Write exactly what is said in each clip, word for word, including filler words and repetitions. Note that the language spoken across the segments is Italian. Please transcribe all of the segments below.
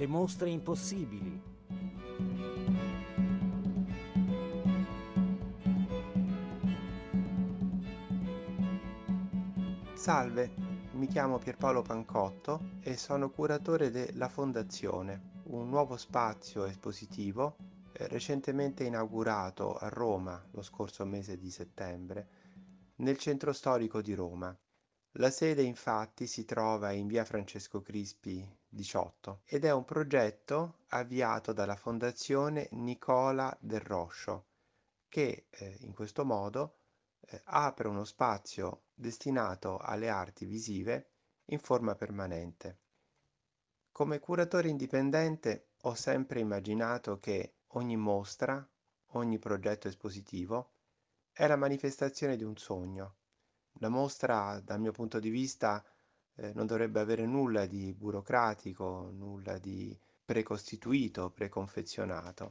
le mostre impossibili. Salve, mi chiamo Pierpaolo Pancotto e sono curatore della Fondazione, un nuovo spazio espositivo eh, recentemente inaugurato a Roma lo scorso mese di settembre, nel centro storico di Roma. La sede infatti si trova in via Francesco Crispi diciotto ed è un progetto avviato dalla Fondazione Nicola Del Roscio che eh, in questo modo eh, apre uno spazio destinato alle arti visive in forma permanente. Come curatore indipendente ho sempre immaginato che ogni mostra, ogni progetto espositivo è la manifestazione di un sogno. La mostra, dal mio punto di vista, eh, non dovrebbe avere nulla di burocratico, nulla di precostituito, preconfezionato,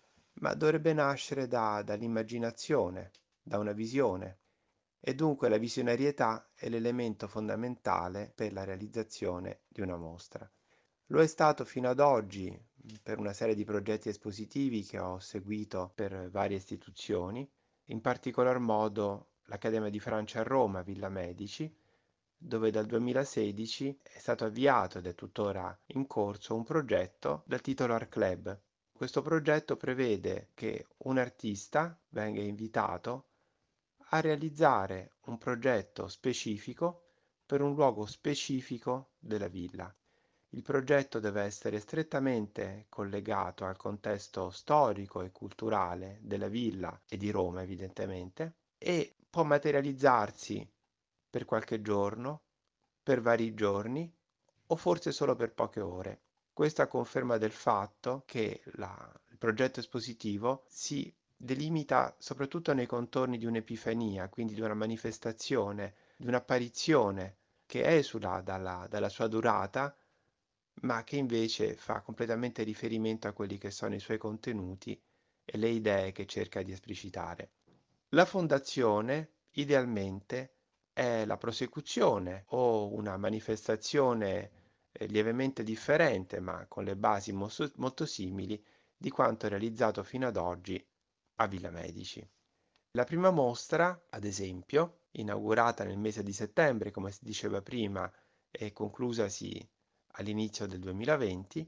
ma dovrebbe nascere da, dall'immaginazione, da una visione. E dunque la visionarietà è l'elemento fondamentale per la realizzazione di una mostra. Lo è stato fino ad oggi per una serie di progetti espositivi che ho seguito per varie istituzioni, in particolar modo l'Accademia di Francia a Roma, Villa Medici, dove dal duemilasedici è stato avviato ed è tuttora in corso un progetto dal titolo Art Club. Questo progetto prevede che un artista venga invitato a realizzare un progetto specifico per un luogo specifico della villa. Il progetto deve essere strettamente collegato al contesto storico e culturale della villa e di Roma, evidentemente, e può materializzarsi per qualche giorno, per vari giorni o forse solo per poche ore. Questa conferma del fatto che la- il progetto espositivo si delimita soprattutto nei contorni di un'epifania, quindi di una manifestazione, di un'apparizione che esula dalla, dalla sua durata, ma che invece fa completamente riferimento a quelli che sono i suoi contenuti e le idee che cerca di esplicitare. La fondazione, idealmente, è la prosecuzione o una manifestazione eh, lievemente differente, ma con le basi molto, molto simili, di quanto realizzato fino ad oggi a Villa Medici. La prima mostra, ad esempio, inaugurata nel mese di settembre, come si diceva prima, e conclusasi all'inizio del duemilaventi,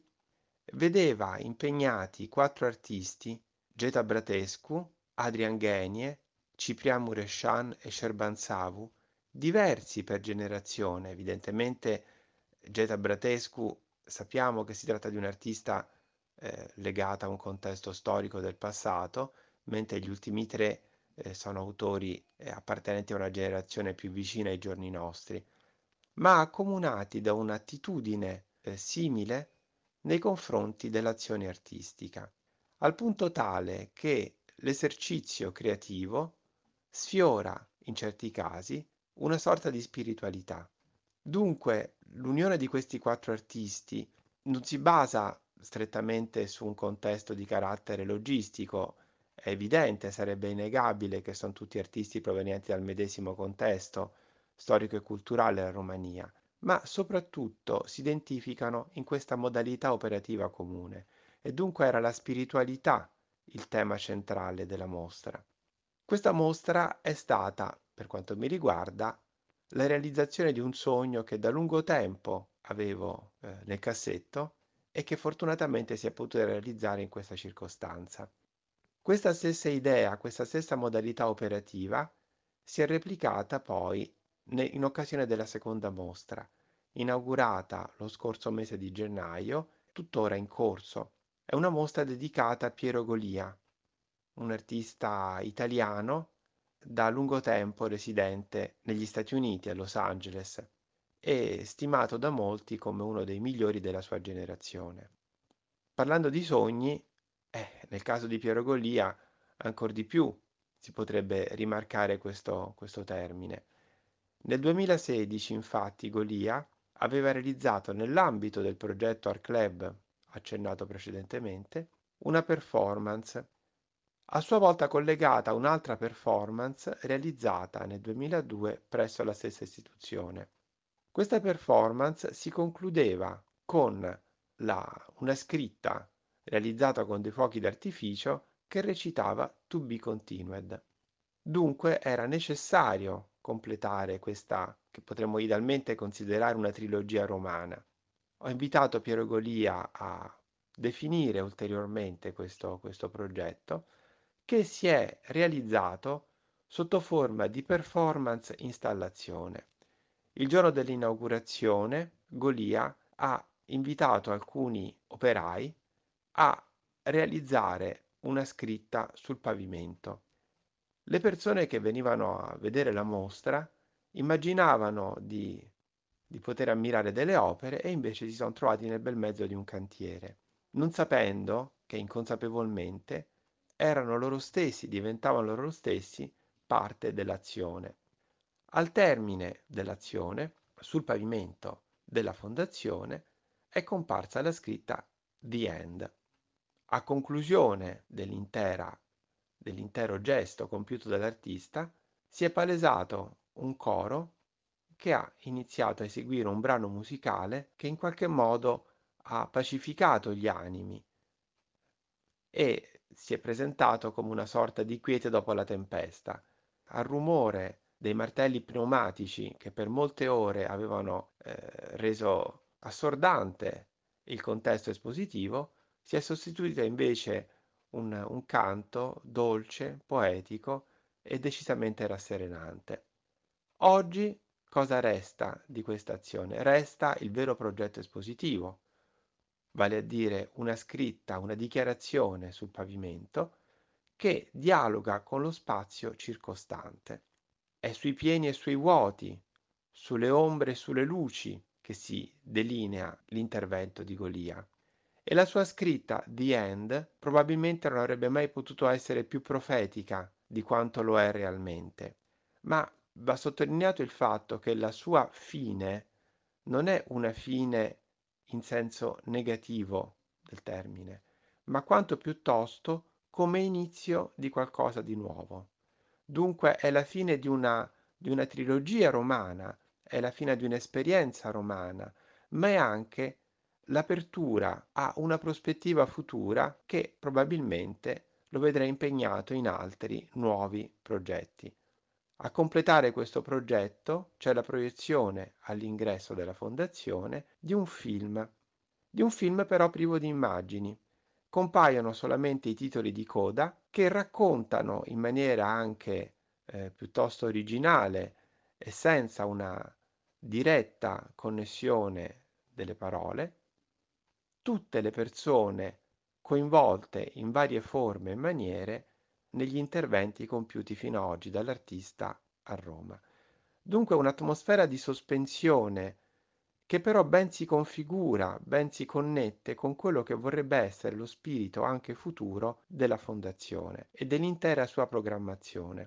vedeva impegnati quattro artisti, Geta Bratescu, Adrian Ghenie, Ciprian Mureșan e Șerban Savu, diversi per generazione. Evidentemente Geta Bratescu sappiamo che si tratta di un artista eh, legato a un contesto storico del passato, mentre gli ultimi tre eh, sono autori eh, appartenenti a una generazione più vicina ai giorni nostri, ma accomunati da un'attitudine eh, simile nei confronti dell'azione artistica, al punto tale che l'esercizio creativo sfiora, in certi casi, una sorta di spiritualità. Dunque, l'unione di questi quattro artisti non si basa strettamente su un contesto di carattere logistico. È evidente, sarebbe innegabile che sono tutti artisti provenienti dal medesimo contesto storico e culturale della Romania, ma soprattutto si identificano in questa modalità operativa comune e dunque era la spiritualità il tema centrale della mostra. Questa mostra è stata, per quanto mi riguarda, la realizzazione di un sogno che da lungo tempo avevo eh, nel cassetto e che fortunatamente si è potuto realizzare in questa circostanza. Questa stessa idea, questa stessa modalità operativa si è replicata poi ne- in occasione della seconda mostra, inaugurata lo scorso mese di gennaio, tuttora in corso. È una mostra dedicata a Piero Golia, un artista italiano da lungo tempo residente negli Stati Uniti, a Los Angeles, e stimato da molti come uno dei migliori della sua generazione. Parlando di sogni, eh, nel caso di Piero Golia, ancora di più si potrebbe rimarcare questo, questo termine. Nel duemilasedici, infatti, Golia aveva realizzato nell'ambito del progetto Art Club, accennato precedentemente, una performance a sua volta collegata a un'altra performance realizzata nel duemiladue presso la stessa istituzione. Questa performance si concludeva con la una scritta realizzata con dei fuochi d'artificio che recitava "To be continued". Dunque era necessario completare questa, che potremmo idealmente considerare una trilogia romana. Ho invitato Piero Golia a definire ulteriormente questo, questo progetto, che si è realizzato sotto forma di performance installazione. Il giorno dell'inaugurazione, Golia ha invitato alcuni operai a realizzare una scritta sul pavimento. Le persone che venivano a vedere la mostra immaginavano di, di poter ammirare delle opere e invece si sono trovati nel bel mezzo di un cantiere, non sapendo che inconsapevolmente erano loro stessi, diventavano loro stessi parte dell'azione. Al termine dell'azione, sul pavimento della fondazione, è comparsa la scritta The End. A conclusione dell'intera, dell'intero gesto compiuto dall'artista, si è palesato un coro che ha iniziato a eseguire un brano musicale che in qualche modo ha pacificato gli animi e si è presentato come una sorta di quiete dopo la tempesta. Al rumore dei martelli pneumatici che per molte ore avevano eh, reso assordante il contesto espositivo, si è sostituito invece un, un canto dolce, poetico e decisamente rasserenante. Oggi cosa resta di questa azione? Resta il vero progetto espositivo, vale a dire una scritta, una dichiarazione sul pavimento che dialoga con lo spazio circostante. È sui pieni e sui vuoti, sulle ombre e sulle luci che si delinea l'intervento di Golia. E la sua scritta The End probabilmente non avrebbe mai potuto essere più profetica di quanto lo è realmente. Ma va sottolineato il fatto che la sua fine non è una fine in senso negativo del termine, ma quanto piuttosto come inizio di qualcosa di nuovo. Dunque è la fine di una, di una trilogia romana, è la fine di un'esperienza romana, ma è anche l'apertura a una prospettiva futura che probabilmente lo vedrà impegnato in altri nuovi progetti. A completare questo progetto c'è la proiezione all'ingresso della fondazione di un film, di un film però privo di immagini. Compaiono solamente i titoli di coda che raccontano in maniera anche eh, piuttosto originale e senza una diretta connessione delle parole, tutte le persone coinvolte in varie forme e maniere negli interventi compiuti fino ad oggi dall'artista a Roma. Dunque un'atmosfera di sospensione che però ben si configura, ben si connette con quello che vorrebbe essere lo spirito anche futuro della fondazione e dell'intera sua programmazione,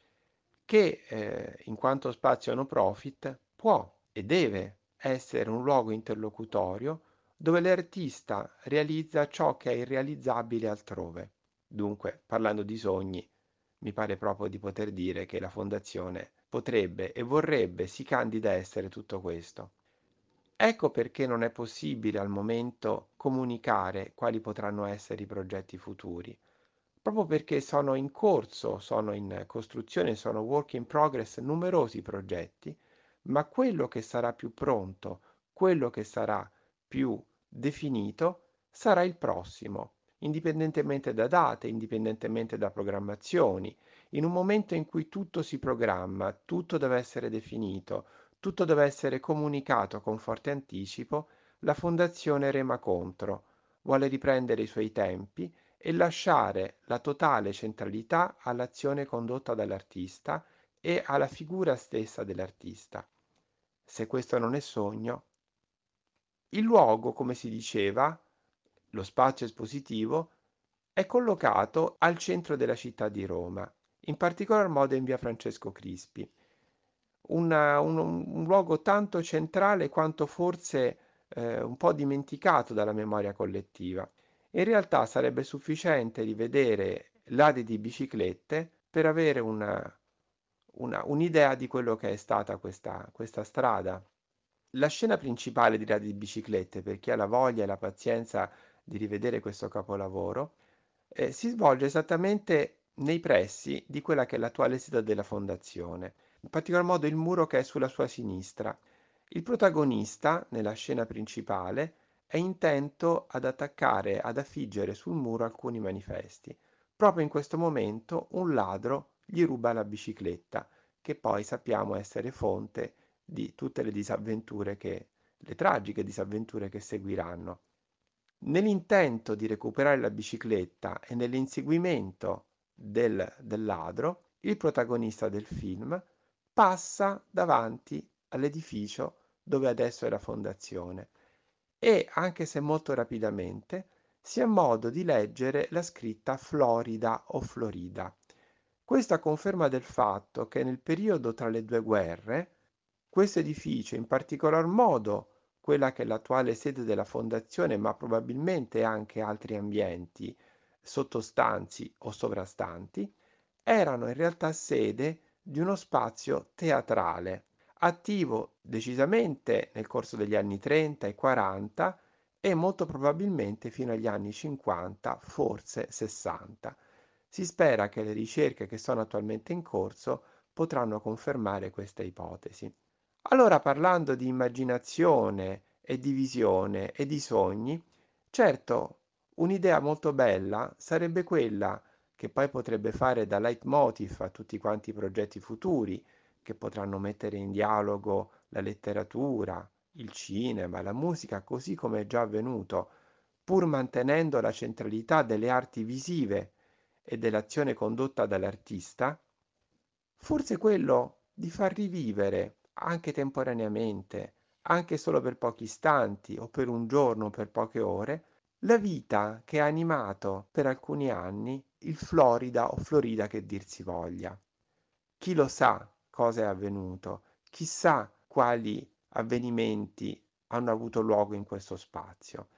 che eh, in quanto spazio no profit può e deve essere un luogo interlocutorio dove l'artista realizza ciò che è irrealizzabile altrove. Dunque, parlando di sogni, mi pare proprio di poter dire che la fondazione potrebbe e vorrebbe, si candida a essere tutto questo. Ecco perché non è possibile al momento comunicare quali potranno essere i progetti futuri, proprio perché sono in corso, sono in costruzione, sono work in progress numerosi progetti, ma quello che sarà più pronto, quello che sarà più definito, sarà il prossimo, indipendentemente da date, indipendentemente da programmazioni. In un momento in cui tutto si programma, tutto deve essere definito, tutto deve essere comunicato con forte anticipo, la Fondazione rema contro, vuole riprendere i suoi tempi e lasciare la totale centralità all'azione condotta dall'artista e alla figura stessa dell'artista. Se questo non è sogno, il luogo, come si diceva, lo spazio espositivo, è collocato al centro della città di Roma, in particolar modo in via Francesco Crispi, una- un, un luogo tanto centrale quanto forse eh, un po' dimenticato dalla memoria collettiva. In realtà sarebbe sufficiente rivedere l'Ade di biciclette per avere una, una- un'idea di quello che è stata questa, questa strada. La scena principale di Radi di biciclette, per chi ha la voglia e la pazienza di rivedere questo capolavoro, eh, si svolge esattamente nei pressi di quella che è l'attuale sede della fondazione, in particolar modo il muro che è sulla sua sinistra. Il protagonista, nella scena principale, è intento ad attaccare, ad affiggere sul muro alcuni manifesti. Proprio in questo momento un ladro gli ruba la bicicletta, che poi sappiamo essere fonte di tutte le disavventure che, le tragiche disavventure che seguiranno. Nell'intento di recuperare la bicicletta e nell'inseguimento del, del ladro, il protagonista del film passa davanti all'edificio dove adesso è la fondazione e, anche se molto rapidamente, si ha modo di leggere la scritta Florida o Florida. Questa conferma del fatto che nel periodo tra le due guerre, questo edificio, in particolar modo quella che è l'attuale sede della fondazione, ma probabilmente anche altri ambienti sottostanti o sovrastanti, erano in realtà sede di uno spazio teatrale, attivo decisamente nel corso degli anni trenta e quaranta e molto probabilmente fino agli anni cinquanta, forse sessanta. Si spera che le ricerche che sono attualmente in corso potranno confermare questa ipotesi. Allora, parlando di immaginazione e di visione e di sogni, certo, un'idea molto bella sarebbe quella che poi potrebbe fare da leitmotiv a tutti quanti i progetti futuri, che potranno mettere in dialogo la letteratura, il cinema, la musica, così come è già avvenuto, pur mantenendo la centralità delle arti visive e dell'azione condotta dall'artista, forse quello di far rivivere anche temporaneamente, anche solo per pochi istanti o per un giorno o per poche ore, la vita che ha animato per alcuni anni il Florida o Florida che dir si voglia. Chi lo sa cosa è avvenuto, chissà quali avvenimenti hanno avuto luogo in questo spazio.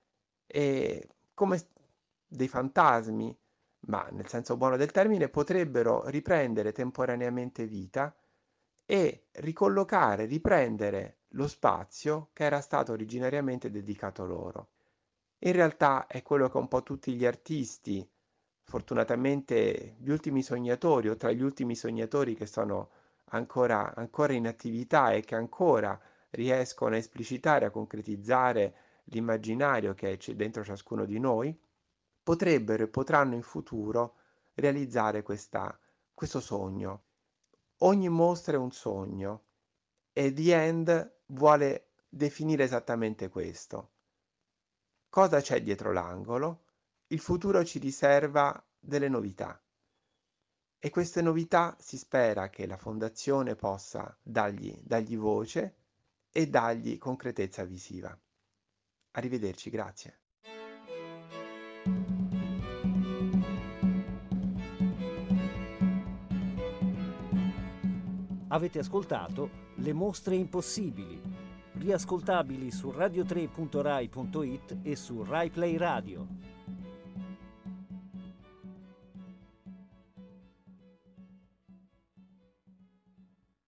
E come s- dei fantasmi, ma nel senso buono del termine, potrebbero riprendere temporaneamente vita e ricollocare, riprendere lo spazio che era stato originariamente dedicato loro. In realtà è quello che un po' tutti gli artisti, fortunatamente gli ultimi sognatori o tra gli ultimi sognatori che sono ancora, ancora in attività e che ancora riescono a esplicitare, a concretizzare l'immaginario che c'è dentro ciascuno di noi, potrebbero e potranno in futuro realizzare questa, questo sogno. Ogni mostra è un sogno e The End vuole definire esattamente questo. Cosa c'è dietro l'angolo? Il futuro ci riserva delle novità e queste novità si spera che la Fondazione possa dargli, dargli voce e dargli concretezza visiva. Arrivederci, grazie. Avete ascoltato Le mostre impossibili, riascoltabili su radio tre punto rai punto it e su RaiPlay Radio.